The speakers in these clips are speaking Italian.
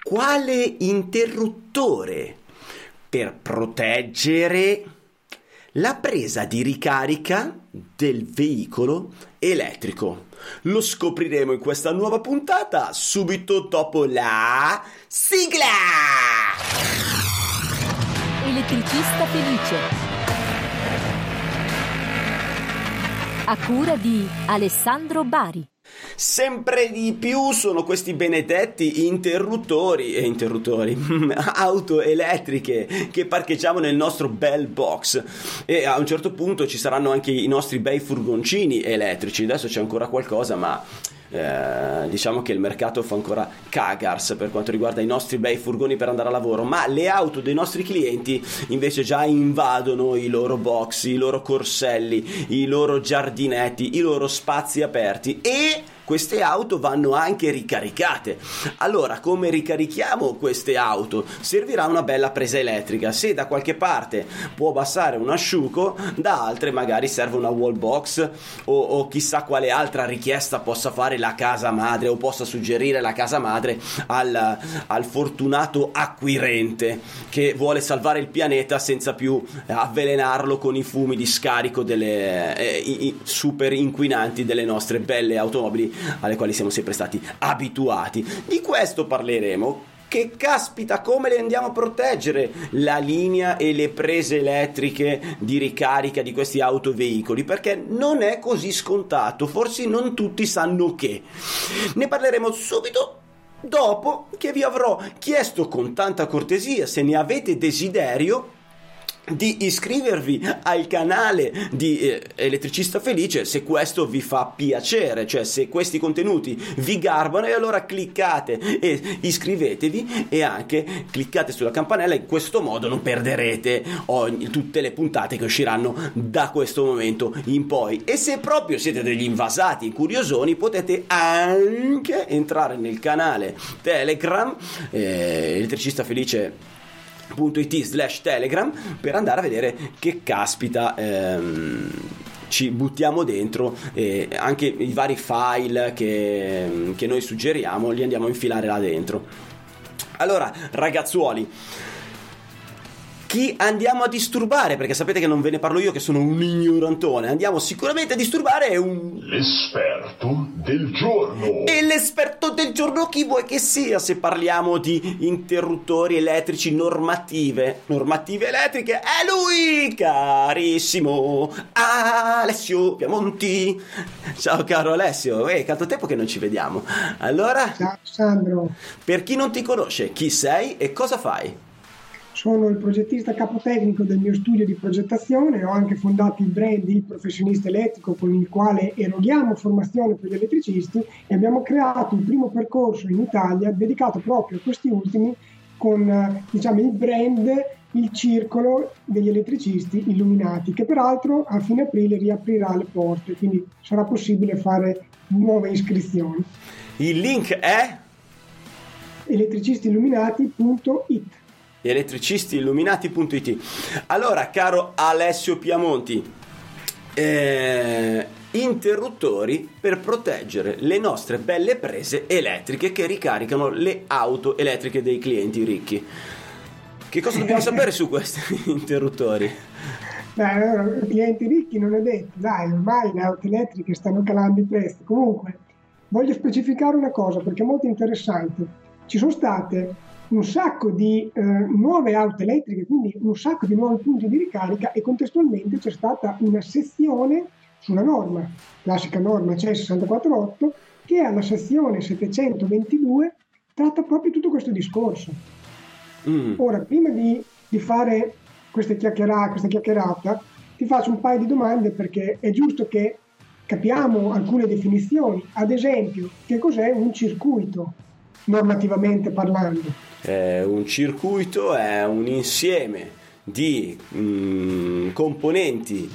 quale interruttore per proteggere la presa di ricarica del veicolo elettrico? Lo scopriremo in questa nuova puntata subito dopo la sigla! Elettricista felice, a cura di Alessandro Bari. Sempre di più sono questi benedetti auto elettriche che parcheggiamo nel nostro bel box, e a un certo punto ci saranno anche i nostri bei furgoncini elettrici. Adesso c'è ancora qualcosa, ma diciamo che il mercato fa ancora cagars per quanto riguarda i nostri bei furgoni per andare a lavoro, ma le auto dei nostri clienti invece già invadono i loro box, i loro corselli, i loro giardinetti, i loro spazi aperti, e queste auto vanno anche ricaricate. Allora, come ricarichiamo queste auto? Servirà una bella presa elettrica. Se da qualche parte può passare un asciugo, da altre magari serve una wall box o chissà quale altra richiesta possa fare la casa madre, o possa suggerire la casa madre al fortunato acquirente che vuole salvare il pianeta senza più avvelenarlo con i fumi di scarico delle super inquinanti delle nostre belle automobili alle quali siamo sempre stati abituati. Di questo parleremo. Che caspita, come le andiamo a proteggere la linea e le prese elettriche di ricarica di questi autoveicoli? Perché non è così scontato, forse non tutti sanno che. Ne parleremo subito dopo che vi avrò chiesto con tanta cortesia, se ne avete desiderio, di iscrivervi al canale di Elettricista Felice, se questo vi fa piacere, cioè se questi contenuti vi garbano, e allora cliccate e iscrivetevi, e anche cliccate sulla campanella. In questo modo non perderete tutte le puntate che usciranno da questo momento in poi. E se proprio siete degli invasati curiosoni, potete anche entrare nel canale Telegram elettricistafelice.it/telegram per andare a vedere che caspita ci buttiamo dentro, e anche i vari file che noi suggeriamo li andiamo a infilare là dentro. Allora, ragazzuoli, chi andiamo a disturbare? Perché sapete che non ve ne parlo io, che sono un ignorantone. Andiamo sicuramente a disturbare l'esperto del giorno. E l'esperto del giorno chi vuoi che sia, se parliamo di interruttori elettrici normative elettriche? È lui, carissimo Alessio Piamonti. Ciao caro Alessio, tanto tempo che non ci vediamo. Allora, ciao Sandro. Per chi non ti conosce, chi sei e cosa fai? Sono il progettista capotecnico del mio studio di progettazione. Ho anche fondato il brand Il Professionista Elettrico, con il quale eroghiamo formazione per gli elettricisti, e abbiamo creato il primo percorso in Italia dedicato proprio a questi ultimi, con il brand Il Circolo degli Elettricisti Illuminati, che peraltro a fine aprile riaprirà le porte, quindi sarà possibile fare nuove iscrizioni. Il link è elettricistiilluminati.it. elettricistiilluminati.it. Allora, caro Alessio Piamonti, interruttori per proteggere le nostre belle prese elettriche che ricaricano le auto elettriche dei clienti ricchi. Che cosa dobbiamo sapere su questi interruttori? Beh, clienti ricchi non è detto, dai, ormai le auto elettriche stanno calando i prezzi. Comunque, voglio specificare una cosa perché è molto interessante. Ci sono state un sacco di nuove auto elettriche, quindi un sacco di nuovi punti di ricarica, e contestualmente c'è stata una sezione sulla norma, classica norma CEE 648, che alla sezione 722 tratta proprio tutto questo discorso. Ora, prima di fare questa chiacchierata, ti faccio un paio di domande, perché è giusto che capiamo alcune definizioni. Ad esempio, che cos'è un circuito normativamente parlando? Un circuito è un insieme di componenti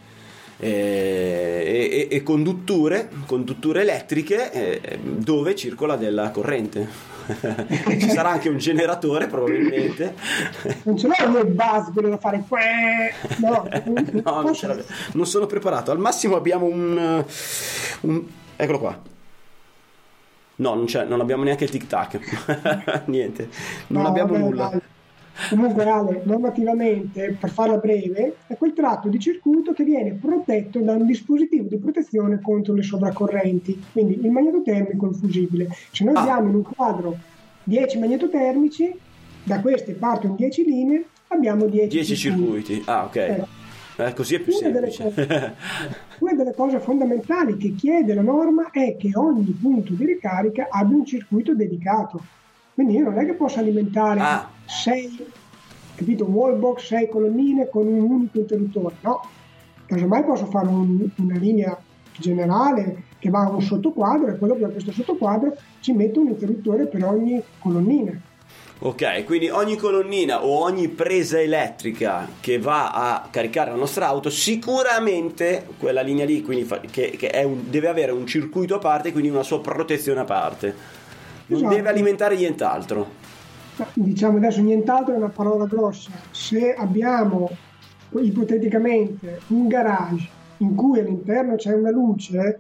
e condutture elettriche dove circola della corrente. Ci sarà anche un generatore probabilmente. Non ce l'ho il buzz, quello da fare no, non sono preparato. Al massimo abbiamo un eccolo qua. No, non abbiamo neanche il tic tac. Niente, non No, abbiamo vabbè, nulla. dai. Comunque, Ale, normativamente, per farla breve, è quel tratto di circuito che viene protetto da un dispositivo di protezione contro le sovracorrenti, quindi il magnetotermico e il fusibile. Se noi Ah, abbiamo in un quadro 10 magnetotermici, da questi partono 10 linee, abbiamo 10 10 circuiti. circuiti. Ah, ok. Ecco. Così è più Una delle semplice. cose, una delle cose fondamentali che chiede la norma è che ogni punto di ricarica abbia un circuito dedicato. Quindi io non è che posso alimentare Ah, 6, capito, wallbox, 6 colonnine con un unico interruttore. No, casomai posso fare una linea generale che va a un sottoquadro e quello che ha questo sottoquadro ci metto un interruttore per ogni colonnina. ok, quindi ogni colonnina o ogni presa elettrica che va a caricare la nostra auto, sicuramente quella linea lì, quindi che deve avere un circuito a parte, quindi una sua protezione a parte. Non Esatto. deve alimentare nient'altro. Ma diciamo adesso nient'altro è una parola grossa. Se abbiamo ipoteticamente un garage in cui all'interno c'è una luce,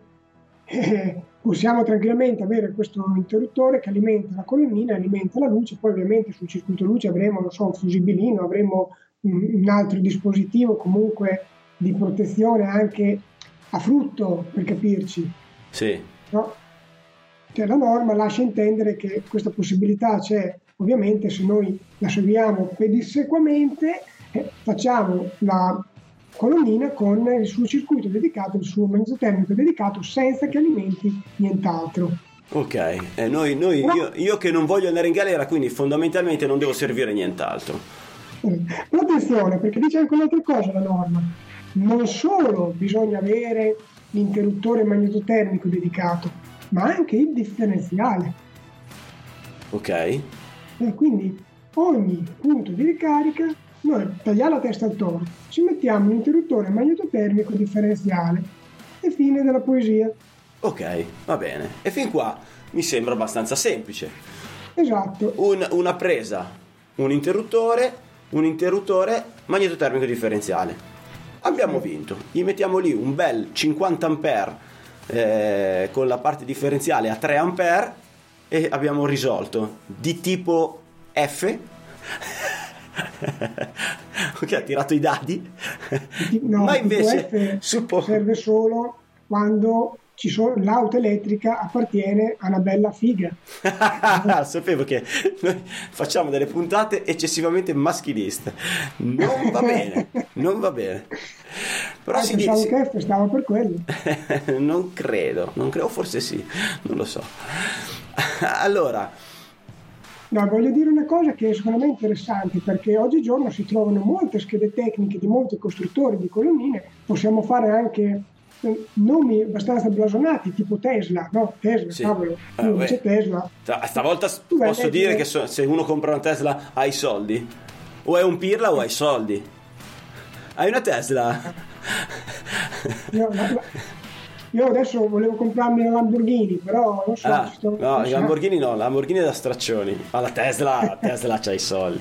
possiamo tranquillamente avere questo interruttore che alimenta la colonnina, alimenta la luce, poi ovviamente sul circuito luce avremo, non so, un fusibilino, avremo un altro dispositivo comunque di protezione anche a frutto, per capirci. Sì. No? Cioè, la norma lascia intendere che questa possibilità c'è, ovviamente se noi la seguiamo pedissequamente, facciamo la colonnina con il suo circuito dedicato, il suo magnetotermico dedicato, senza che alimenti nient'altro. Ok, io che non voglio andare in galera, quindi fondamentalmente non devo servire nient'altro. Però attenzione, perché dice anche un'altra cosa la norma. Non solo bisogna avere l'interruttore magnetotermico dedicato, ma anche il differenziale. Ok? E quindi ogni punto di ricarica, noi tagliamo la testa al toro, ci mettiamo un interruttore magnetotermico differenziale e fine della poesia. Ok, va bene. E fin qua mi sembra abbastanza semplice. Esatto. Una presa, un interruttore, magnetotermico differenziale. Abbiamo vinto. Gli mettiamo lì un bel 50 ampere con la parte differenziale a 3 ampere e abbiamo risolto. Di tipo F. Ok, ha tirato i dadi. No, Ma tipo invece F serve solo quando l'auto elettrica appartiene a una bella figa. Sapevo che noi facciamo delle puntate eccessivamente maschiliste. Non va bene, non va bene. Però si Pensavo dice che F stava per quello. non credo, o forse sì, non lo so. Allora, No, voglio dire una cosa che secondo me è interessante, perché oggigiorno si trovano molte schede tecniche di molti costruttori di colonnine, possiamo fare anche nomi abbastanza blasonati, tipo Tesla, no? Tesla, sì. cavolo, uno dice Tesla. Stavolta Tu vai a posso dire leggere- che se uno compra una Tesla ha i soldi. O è un pirla o hai soldi. Hai una Tesla? Io adesso volevo comprarmi una Lamborghini, però non so. No, i Lamborghini no, Lamborghini è da straccioni. Ma la Tesla c'ha i soldi.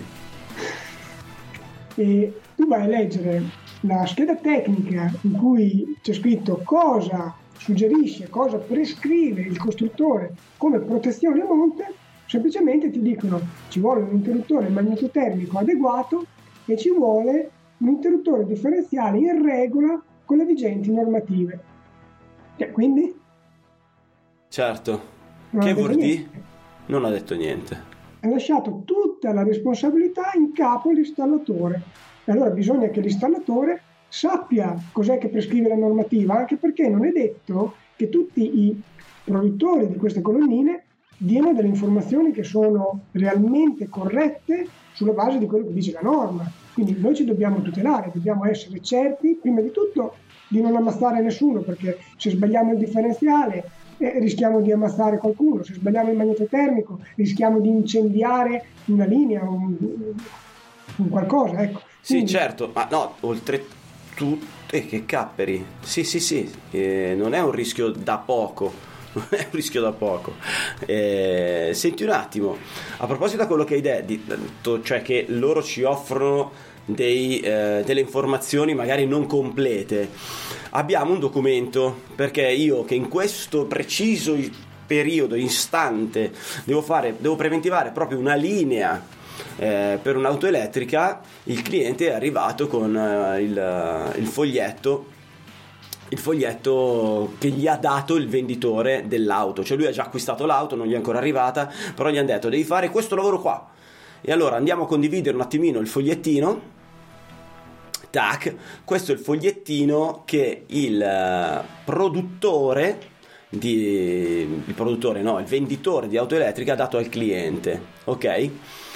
E tu vai a leggere la scheda tecnica in cui c'è scritto cosa suggerisce, cosa prescrive il costruttore come protezione a monte, semplicemente ti dicono ci vuole un interruttore magnetotermico adeguato e ci vuole un interruttore differenziale in regola con le vigenti normative. Quindi Certo. non Che ha detto vuol dire? niente. Non ha detto niente. Ha lasciato tutta la responsabilità in capo all'installatore. E allora bisogna che l'installatore sappia cos'è che prescrive la normativa, anche perché non è detto che tutti i produttori di queste colonnine diano delle informazioni che sono realmente corrette sulla base di quello che dice la norma. Quindi noi ci dobbiamo tutelare, dobbiamo essere certi, prima di tutto, di non ammazzare nessuno, perché se sbagliamo il differenziale rischiamo di ammazzare qualcuno, se sbagliamo il magnetotermico rischiamo di incendiare una linea, un qualcosa, ecco. Sì, Quindi, certo, ma no, oltretutto, che capperi. Sì, non è un rischio da poco. Non è un rischio da poco. Senti un attimo, a proposito di quello che hai detto, cioè che loro ci offrono delle informazioni magari non complete, abbiamo un documento, perché io che in questo preciso periodo, istante, devo preventivare proprio una linea per un'auto elettrica, il cliente è arrivato con il foglietto che gli ha dato il venditore dell'auto, cioè lui ha già acquistato l'auto, non gli è ancora arrivata, però gli hanno detto devi fare questo lavoro qua, e allora andiamo a condividere un attimino il fogliettino. Tac, questo è il fogliettino che il venditore di auto elettrica ha dato al cliente, ok?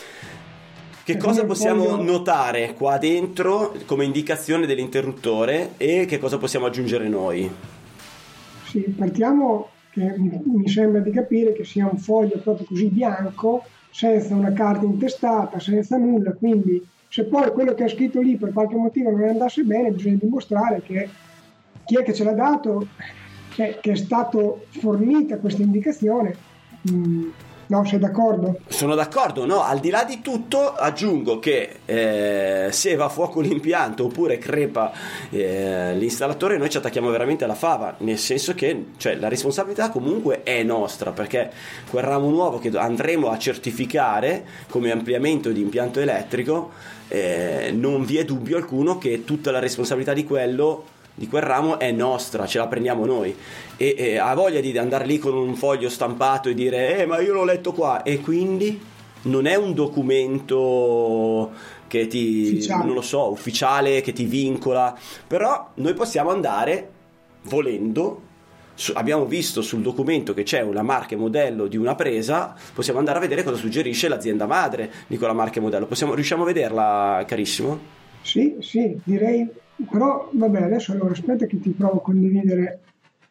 Che cosa possiamo notare qua dentro come indicazione dell'interruttore e che cosa possiamo aggiungere noi? Sì, partiamo che mi sembra di capire che sia un foglio proprio così bianco, senza una carta intestata, senza nulla, quindi se poi quello che è scritto lì per qualche motivo non andasse bene, bisogna dimostrare che chi è che ce l'ha dato, che è stato fornita questa indicazione. No, sei d'accordo? Sono d'accordo, no, al di là di tutto aggiungo che se va a fuoco l'impianto oppure crepa l'installatore, noi ci attacchiamo veramente alla fava, nel senso che la responsabilità comunque è nostra, perché quel ramo nuovo che andremo a certificare come ampliamento di impianto elettrico, non vi è dubbio alcuno che tutta la responsabilità di quel ramo è nostra, ce la prendiamo noi, e ha voglia di andare lì con un foglio stampato e dire ma io l'ho letto qua, e quindi non è un documento che ufficiale. Non lo so, ufficiale, che ti vincola, però noi possiamo andare volendo. Abbiamo visto sul documento che c'è una marca e modello di una presa, possiamo andare a vedere cosa suggerisce l'azienda madre di quella marca e modello. Riusciamo a vederla, carissimo? Sì, direi. Però vabbè, adesso allora aspetta che ti provo a condividere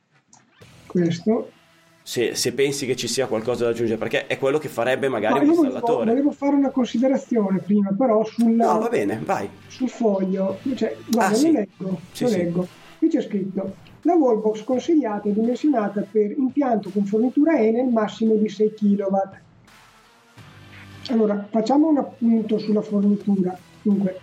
questo. Se pensi che ci sia qualcosa da aggiungere, perché è quello che farebbe magari un io installatore. Volevo fare una considerazione prima, però No, va bene, vai. Sul foglio, guarda, lo leggo. Qui c'è scritto: la wallbox consigliata è dimensionata per impianto con fornitura Enel massimo di 6 kW. Allora, facciamo un appunto sulla fornitura. Dunque,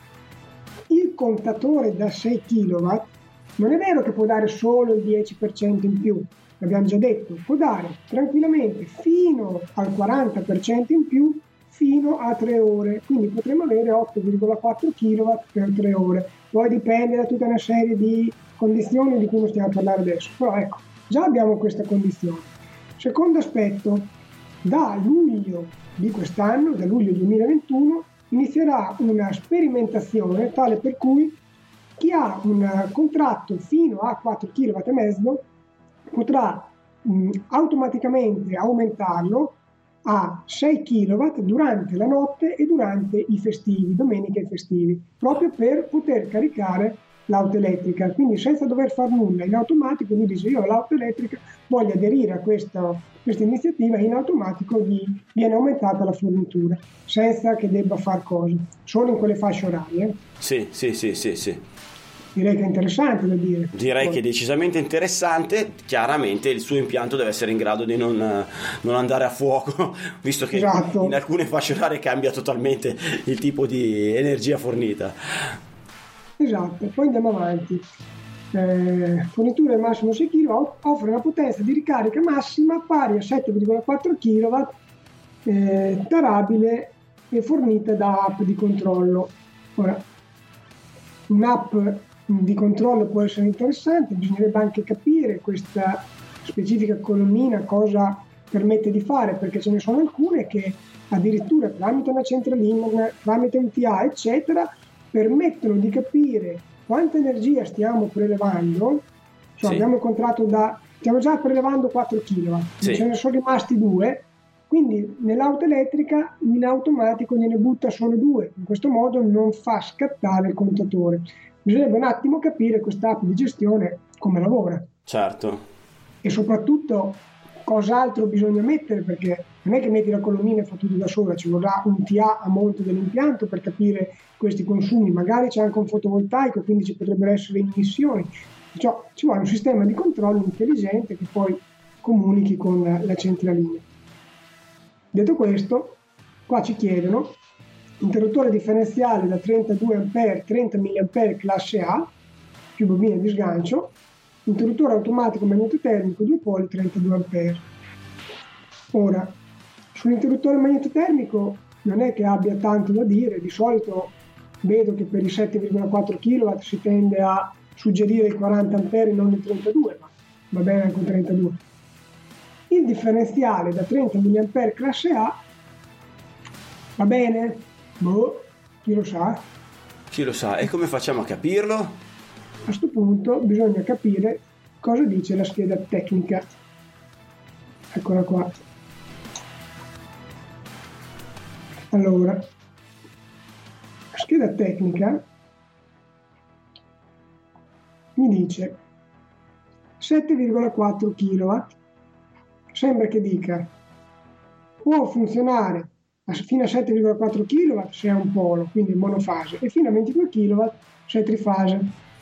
il contatore da 6 kW non è vero che può dare solo il 10% in più, l'abbiamo già detto, può dare tranquillamente fino al 40% in più fino a 3 ore, quindi potremo avere 8,4 kW per 3 ore. Poi dipende da tutta una serie di condizioni di cui non stiamo a parlare adesso, però ecco, già abbiamo questa condizione. Secondo aspetto, da luglio di quest'anno, da luglio 2021, inizierà una sperimentazione tale per cui chi ha un contratto fino a 4 kW e mezzo potrà automaticamente aumentarlo a 6 kW durante la notte e durante i festivi, domenica e festivi, proprio per poter caricare l'auto elettrica, quindi senza dover fare nulla, in automatico lui dice io ho l'auto elettrica, voglio aderire a questa iniziativa, in automatico gli viene aumentata la fornitura senza che debba fare cose, solo in quelle fasce orarie. Sì. Direi che è interessante da dire. Direi che è decisamente interessante. Chiaramente il suo impianto deve essere in grado di non andare a fuoco, visto che esatto. In alcune fasce orarie cambia totalmente il tipo di energia fornita. Esatto, poi andiamo avanti. Fornitura al massimo 6 kW, offre una potenza di ricarica massima pari a 7,4 kW, tarabile e fornita da app di controllo. Ora, un'app di controllo può essere interessante, bisognerebbe anche capire questa specifica colonnina cosa permette di fare, perché ce ne sono alcune che addirittura tramite una centralina, tramite un TA, eccetera, permettono di capire quanta energia stiamo prelevando. Cioè, abbiamo incontrato stiamo già prelevando 4 kW, sì. Ce ne sono rimasti 2, quindi nell'auto elettrica in automatico gliene butta solo 2, in questo modo non fa scattare il contatore. Bisognerebbe un attimo capire questa app di gestione come lavora. Certo. E soprattutto cos'altro bisogna mettere, perché non è che metti la colonnina e fa tutto da sola, ci vorrà un TA a monte dell'impianto per capire questi consumi, magari c'è anche un fotovoltaico, quindi ci potrebbero essere emissioni, cioè, ci vuole un sistema di controllo intelligente che poi comunichi con la centralina. Detto questo, qua ci chiedono interruttore differenziale da 32 A, 30 mA classe A, più bobina di sgancio, interruttore automatico magnetotermico 2 poli 32 A. Ora, sull'interruttore magnetotermico non è che abbia tanto da dire, di solito vedo che per i 7,4 kW si tende a suggerire i 40 A e non i 32, ma va bene anche un 32. Il differenziale da 30 mA classe A va bene? Boh, chi lo sa? Chi lo sa? E come facciamo a capirlo? A questo punto bisogna capire cosa dice la scheda tecnica. Eccola qua. Allora, la scheda tecnica mi dice 7,4 kW, sembra che dica può funzionare fino a 7,4 kW se è un polo, quindi monofase, e fino a 22 kW se è trifase.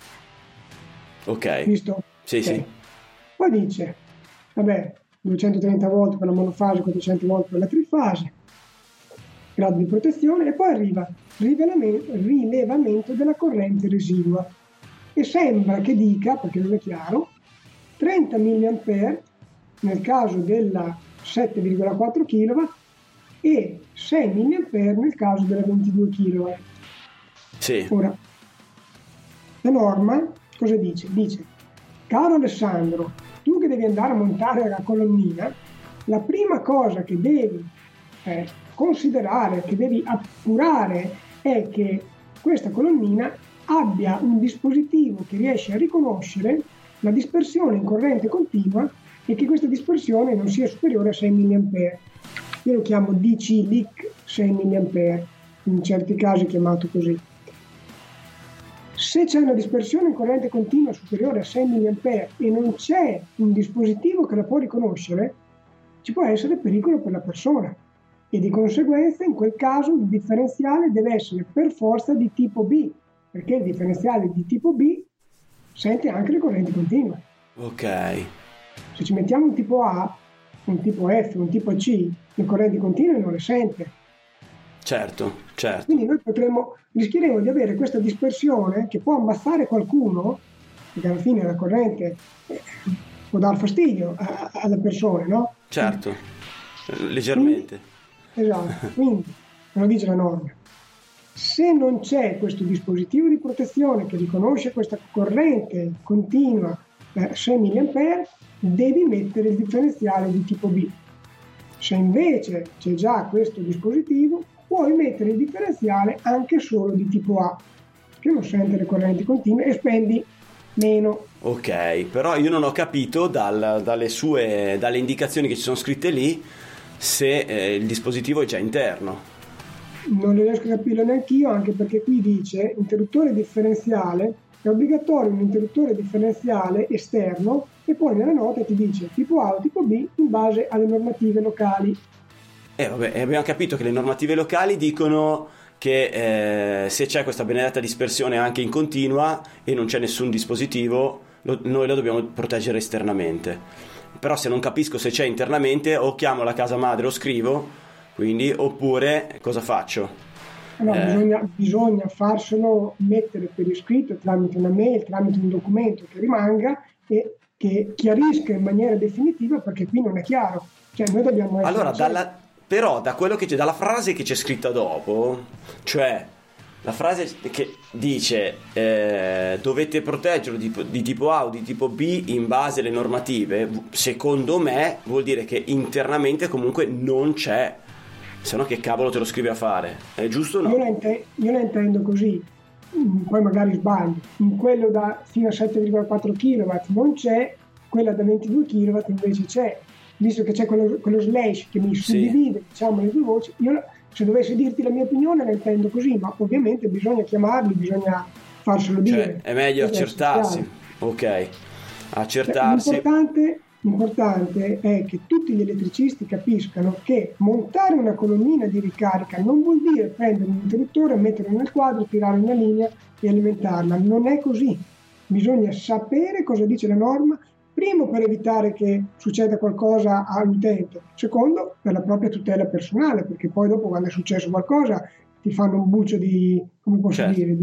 Ok. Visto? Sì, Ok. sì. Poi dice, vabbè, 230 volt per la monofase, 400 volt per la trifase, grado di protezione, e poi arriva rilevamento della corrente residua. E sembra che dica, perché non è chiaro, 30 mA nel caso della 7,4 kW e 6 mA nel caso della 22 kW. Sì. Ora, la norma cosa dice? Dice, caro Alessandro, tu che devi andare a montare la colonnina, la prima cosa che devi considerare, che devi appurare, è che questa colonnina abbia un dispositivo che riesce a riconoscere la dispersione in corrente continua e che questa dispersione non sia superiore a 6 mA. Io lo chiamo DC-LIC 6 mA, in certi casi chiamato così. Se c'è una dispersione in corrente continua superiore a 6 mA e non c'è un dispositivo che la può riconoscere, ci può essere pericolo per la persona e di conseguenza in quel caso il differenziale deve essere per forza di tipo B, perché il differenziale di tipo B sente anche le correnti continue. Ok. Se ci mettiamo un tipo A, un tipo F, un tipo C, le correnti continue non le sente. Certo, certo. Quindi noi rischieremo di avere questa dispersione che può ammazzare qualcuno, perché alla fine la corrente può dar fastidio alle persone, no? Certo, leggermente. Esatto, quindi, come dice la norma, se non c'è questo dispositivo di protezione che riconosce questa corrente continua 6 mA, devi mettere il differenziale di tipo B. Se invece c'è già questo dispositivo, puoi mettere il differenziale anche solo di tipo A, che non sente le correnti continue e spendi meno. Ok, però io non ho capito dalle indicazioni che ci sono scritte lì se il dispositivo è già interno. Non riesco a capirlo neanch'io, anche perché qui dice interruttore differenziale, è obbligatorio un interruttore differenziale esterno e poi nella nota ti dice tipo A o tipo B in base alle normative locali. Vabbè, abbiamo capito che le normative locali dicono che se c'è questa benedetta dispersione anche in continua e non c'è nessun dispositivo, noi la dobbiamo proteggere esternamente. Però se non capisco se c'è internamente, o chiamo la casa madre o scrivo, quindi, oppure cosa faccio? Allora, bisogna farselo mettere per iscritto tramite una mail, tramite un documento che rimanga e che chiarisca in maniera definitiva, perché qui non è chiaro. Cioè noi dobbiamo essere... Allora, però da quello che c'è, dalla frase che c'è scritta dopo, cioè la frase che dice dovete proteggerlo di tipo A o di tipo B in base alle normative, secondo me vuol dire che internamente comunque non c'è, se no che cavolo te lo scrivi a fare, è giusto o no? Io la intendo così, poi magari sbaglio. In quello da fino a 7,4 kW non c'è, quella da 22 kW invece c'è, visto che c'è quello slash che mi suddivide, diciamo, le due voci. Io, se dovessi dirti la mia opinione, la intendo così, ma ovviamente bisogna chiamarli, bisogna farselo dire. È meglio accertarsi. Ok, accertarsi. L'importante è che tutti gli elettricisti capiscano che montare una colonnina di ricarica non vuol dire prendere un interruttore, metterlo nel quadro, tirare una linea e alimentarla. Non è così. Bisogna sapere cosa dice la norma, primo per evitare che succeda qualcosa all'utente, secondo per la propria tutela personale, perché poi dopo quando è successo qualcosa ti fanno un buccio di, come posso dire,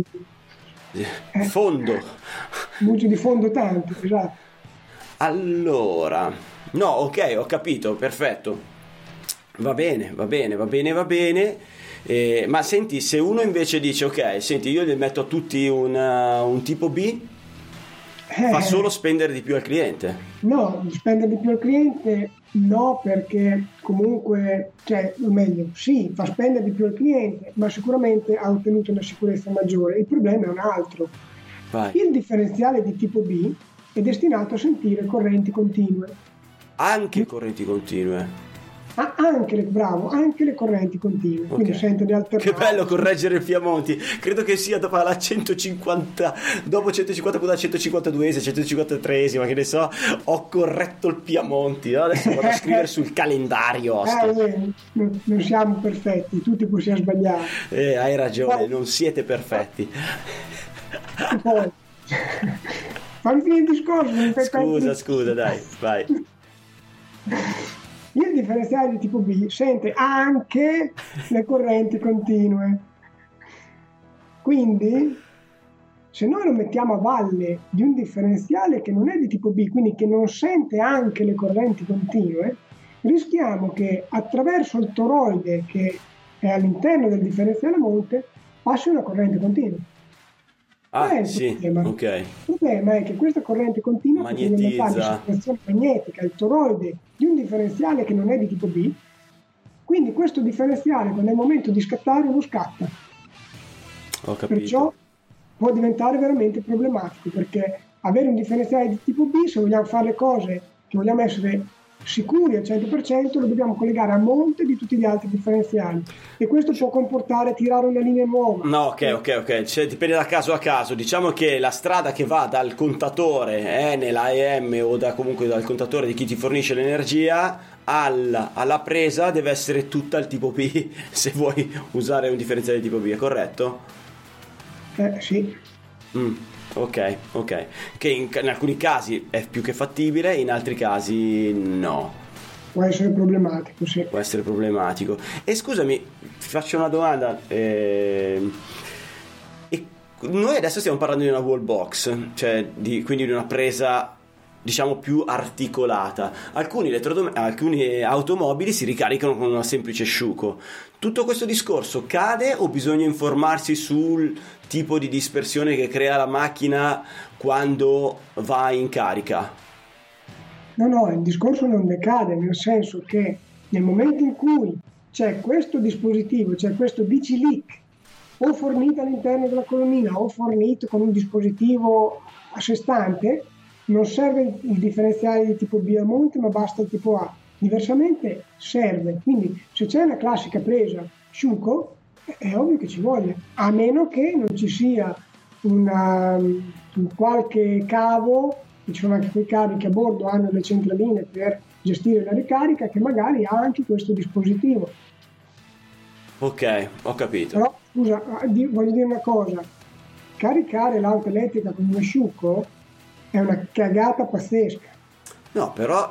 fondo. Un buccio di fondo tanto, esatto. Allora, no, ok, ho capito, perfetto. Va bene, va bene, va bene, va bene. Ma senti, se uno invece dice ok, senti, io gli metto a tutti un tipo B, fa solo spendere di più al cliente. No, spendere di più al cliente no, perché comunque, cioè, o meglio, sì, fa spendere di più al cliente, ma sicuramente ha ottenuto una sicurezza maggiore. Il problema è un altro. Vai. Il differenziale di tipo B è destinato a sentire correnti continue. Anche correnti continue. Anche le correnti continue, quindi sente le alternate. Che bello correggere il Piamonti. Credo che sia dopo la 150, dopo 150 la 152esima, 153esima, che ne so, ho corretto il Piamonti. Adesso vado a scrivere sul calendario. Non siamo perfetti, tutti possiamo sbagliare. Hai ragione, non siete perfetti. Poi, fammi finire il discorso. Scusa, dai, vai. Il differenziale di tipo B sente anche le correnti continue. Quindi, se noi lo mettiamo a valle di un differenziale che non è di tipo B, quindi che non sente anche le correnti continue, rischiamo che attraverso il toroide che è all'interno del differenziale a monte passi una corrente continua. Sì, ok. Il problema è che questa corrente continua magnetizza la circolazione magnetica, il toroide di un differenziale che non è di tipo B, quindi questo differenziale quando è il momento di scattare non scatta. Ho capito. Perciò può diventare veramente problematico, perché avere un differenziale di tipo B, se vogliamo fare le cose che vogliamo essere sicuri al 100%, lo dobbiamo collegare a monte di tutti gli altri differenziali, e questo può comportare tirare una linea nuova. No, ok, cioè, dipende da caso a caso. Diciamo che la strada che va dal contatore nella EM o comunque dal contatore di chi ti fornisce l'energia alla presa deve essere tutta il tipo B se vuoi usare un differenziale di tipo B, è corretto? Sì. Ok, che in alcuni casi è più che fattibile, in altri casi no. Può essere problematico, sì. Può essere problematico. E scusami, ti faccio una domanda. Noi adesso stiamo parlando di una wall box, cioè quindi di una presa, diciamo, più articolata. Alcuni automobili si ricaricano con una semplice sciuco. Tutto questo discorso cade o bisogna informarsi sul tipo di dispersione che crea la macchina quando va in carica? No, il discorso non decade, nel senso che nel momento in cui c'è questo dispositivo, c'è questo DC leak o fornito all'interno della colonnina o fornito con un dispositivo a sé stante, non serve il differenziale di tipo B a monte, ma basta il tipo A. Diversamente serve. Quindi se c'è una classica presa sciuco, è ovvio che ci voglia, a meno che non ci sia un qualche cavo, che ci sono anche quei cavi che a bordo hanno le centraline per gestire la ricarica, che magari ha anche questo dispositivo. Ok, ho capito. Però scusa, voglio dire una cosa: caricare l'auto elettrica con un asciugo è una cagata pazzesca. No, però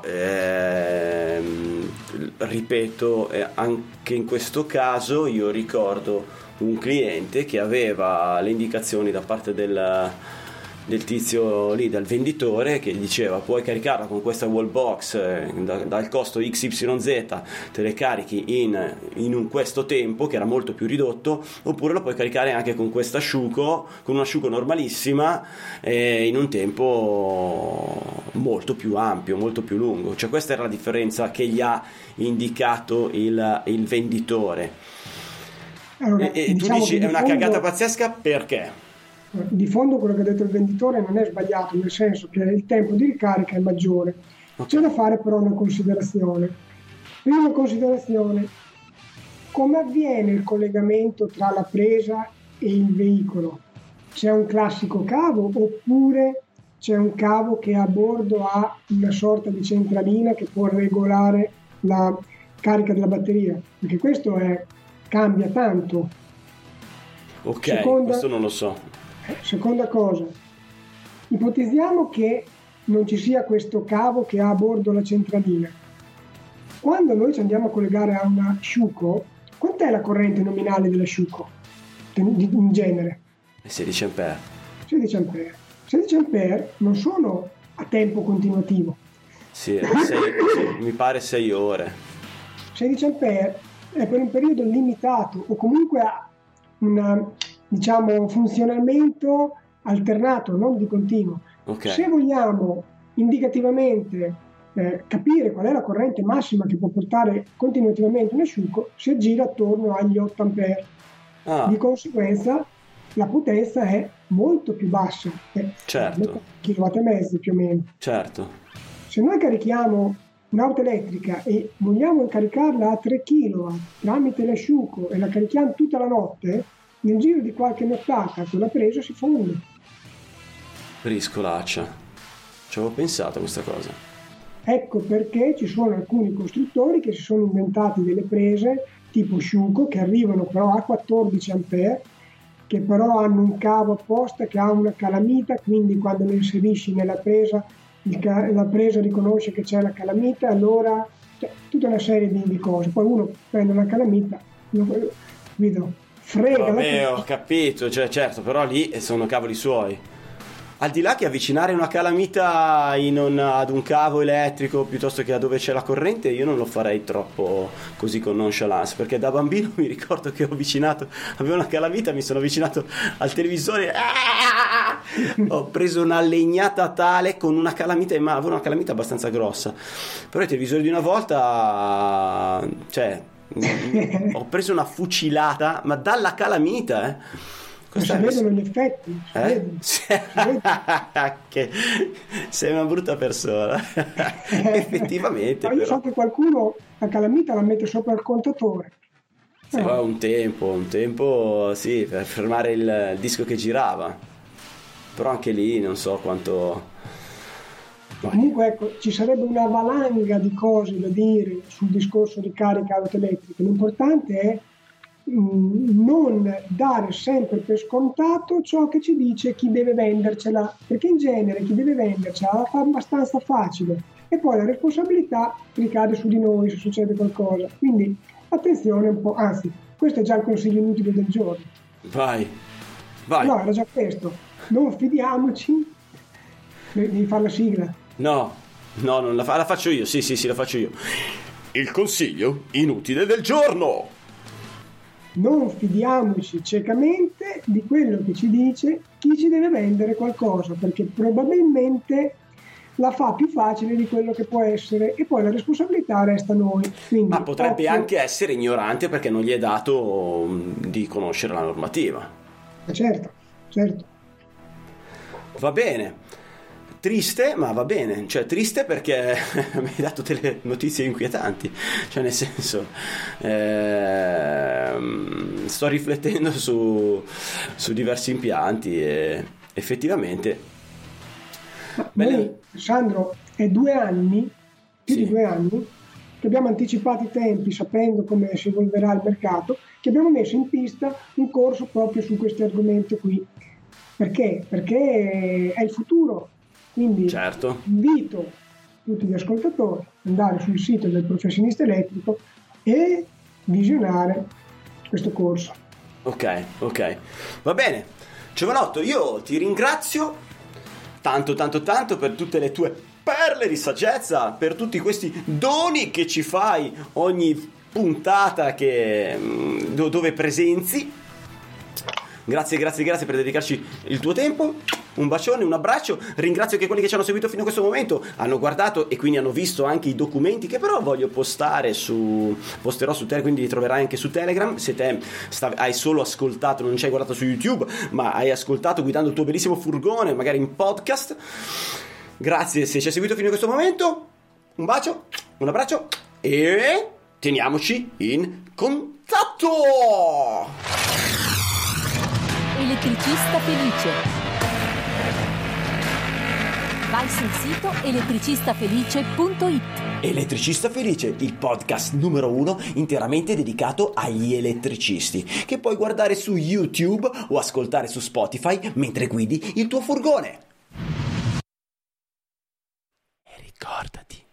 ripeto, anche in questo caso io ricordo un cliente che aveva le indicazioni da parte del tizio lì, dal venditore, che diceva: puoi caricarla con questa wall box dal costo XYZ, te le carichi in questo tempo, che era molto più ridotto, oppure lo puoi caricare anche con questa asciugo, con un asciugo normalissima, in un tempo molto più ampio, molto più lungo. Cioè questa era la differenza che gli ha indicato il venditore. Allora, e tu dici è una cagata pazzesca perché? Di fondo quello che ha detto il venditore non è sbagliato, nel senso che il tempo di ricarica è maggiore. C'è da fare però una considerazione. Prima considerazione: come avviene il collegamento tra la presa e il veicolo? C'è un classico cavo oppure c'è un cavo che a bordo ha una sorta di centralina che può regolare la carica della batteria? Perché questo cambia tanto. Ok, questo non lo so. Seconda cosa, ipotizziamo che non ci sia questo cavo che ha a bordo la centralina. Quando noi ci andiamo a collegare a una asciugo, quant'è la corrente nominale dell'asciugo in genere? 16 ampere. 16 ampere. 16 ampere non sono a tempo continuativo. Sì, mi pare 6 ore. 16 ampere è per un periodo limitato o comunque ha un funzionamento alternato, non di continuo. Ok. Se vogliamo indicativamente capire qual è la corrente massima che può portare continuativamente un asciugo, si aggira attorno agli 8 ampere. Di conseguenza la potenza è molto più bassa, certo, kilowatt e mezzo più o meno. Certo. Se noi carichiamo un'auto elettrica e vogliamo caricarla a 3 kW tramite l'asciugo e la carichiamo tutta la notte, nel giro di qualche nottata quella presa si fonde. Briscolaccia, ci avevo pensato a questa cosa. Ecco perché ci sono alcuni costruttori che si sono inventati delle prese tipo Sciuco che arrivano però a 14 ampere, che però hanno un cavo apposta che ha una calamita, quindi quando lo inserisci nella presa la presa riconosce che c'è la calamita, allora tutta una serie di cose. Poi uno prende una calamita, frega. Ho capito, cioè, certo, però lì sono cavoli suoi. Al di là che avvicinare una calamita ad un cavo elettrico piuttosto che a dove c'è la corrente, io non lo farei troppo così con nonchalance, perché da bambino mi ricordo che avevo una calamita, mi sono avvicinato al televisore, ho preso una legnata tale con una calamita in mano, avevo una calamita abbastanza grossa, però i televisori di una volta, cioè, ho preso una fucilata, ma dalla calamita, si vedono gli effetti, che sei una brutta persona. Effettivamente. Ma io so che qualcuno la calamita la mette sopra il contatore. Un tempo sì, per fermare il disco che girava, però anche lì non so quanto. Comunque ecco, ci sarebbe una valanga di cose da dire sul discorso di carica auto elettrica. L'importante è non dare sempre per scontato ciò che ci dice chi deve vendercela, perché in genere chi deve vendercela la fa abbastanza facile e poi la responsabilità ricade su di noi se succede qualcosa. Quindi attenzione un po', anzi, questo è già il consiglio inutile del giorno. Vai. No, era già questo. Non fidiamoci. Devi fare la sigla. No, non la faccio io. Sì, la faccio io. Il consiglio inutile del giorno. Non fidiamoci ciecamente di quello che ci dice chi ci deve vendere qualcosa, perché probabilmente la fa più facile di quello che può essere e poi la responsabilità resta a noi. Quindi, ma potrebbe anche essere ignorante perché non gli è dato di conoscere la normativa. Certo. Va bene. Triste, ma va bene, cioè triste perché mi hai dato delle notizie inquietanti, cioè nel senso sto riflettendo su diversi impianti e effettivamente noi, Sandro, è 2 anni, più di 2 anni che abbiamo anticipato i tempi sapendo come si evolverà il mercato, che abbiamo messo in pista un corso proprio su questi argomenti qui. Perché? Perché è il futuro. Quindi certo. Invito tutti gli ascoltatori ad andare sul sito del professionista elettrico e visionare questo corso. Ok, va bene. Giovanotto, io ti ringrazio tanto per tutte le tue perle di saggezza, per tutti questi doni che ci fai ogni puntata dove presenzi. Grazie per dedicarci il tuo tempo. Un bacione, un abbraccio. Ringrazio che quelli che ci hanno seguito fino a questo momento hanno guardato e quindi hanno visto anche i documenti che però voglio posterò su Telegram, quindi li troverai anche su Telegram. Se te hai solo ascoltato, non ci hai guardato su YouTube, ma hai ascoltato guidando il tuo bellissimo furgone, magari in podcast. Grazie se ci hai seguito fino a questo momento. Un bacio, un abbraccio e teniamoci in contatto. Elettricista felice. Vai sul sito elettricistafelice.it. Elettricista Felice, il podcast numero 1 interamente dedicato agli elettricisti, che puoi guardare su YouTube o ascoltare su Spotify mentre guidi il tuo furgone. E ricordati,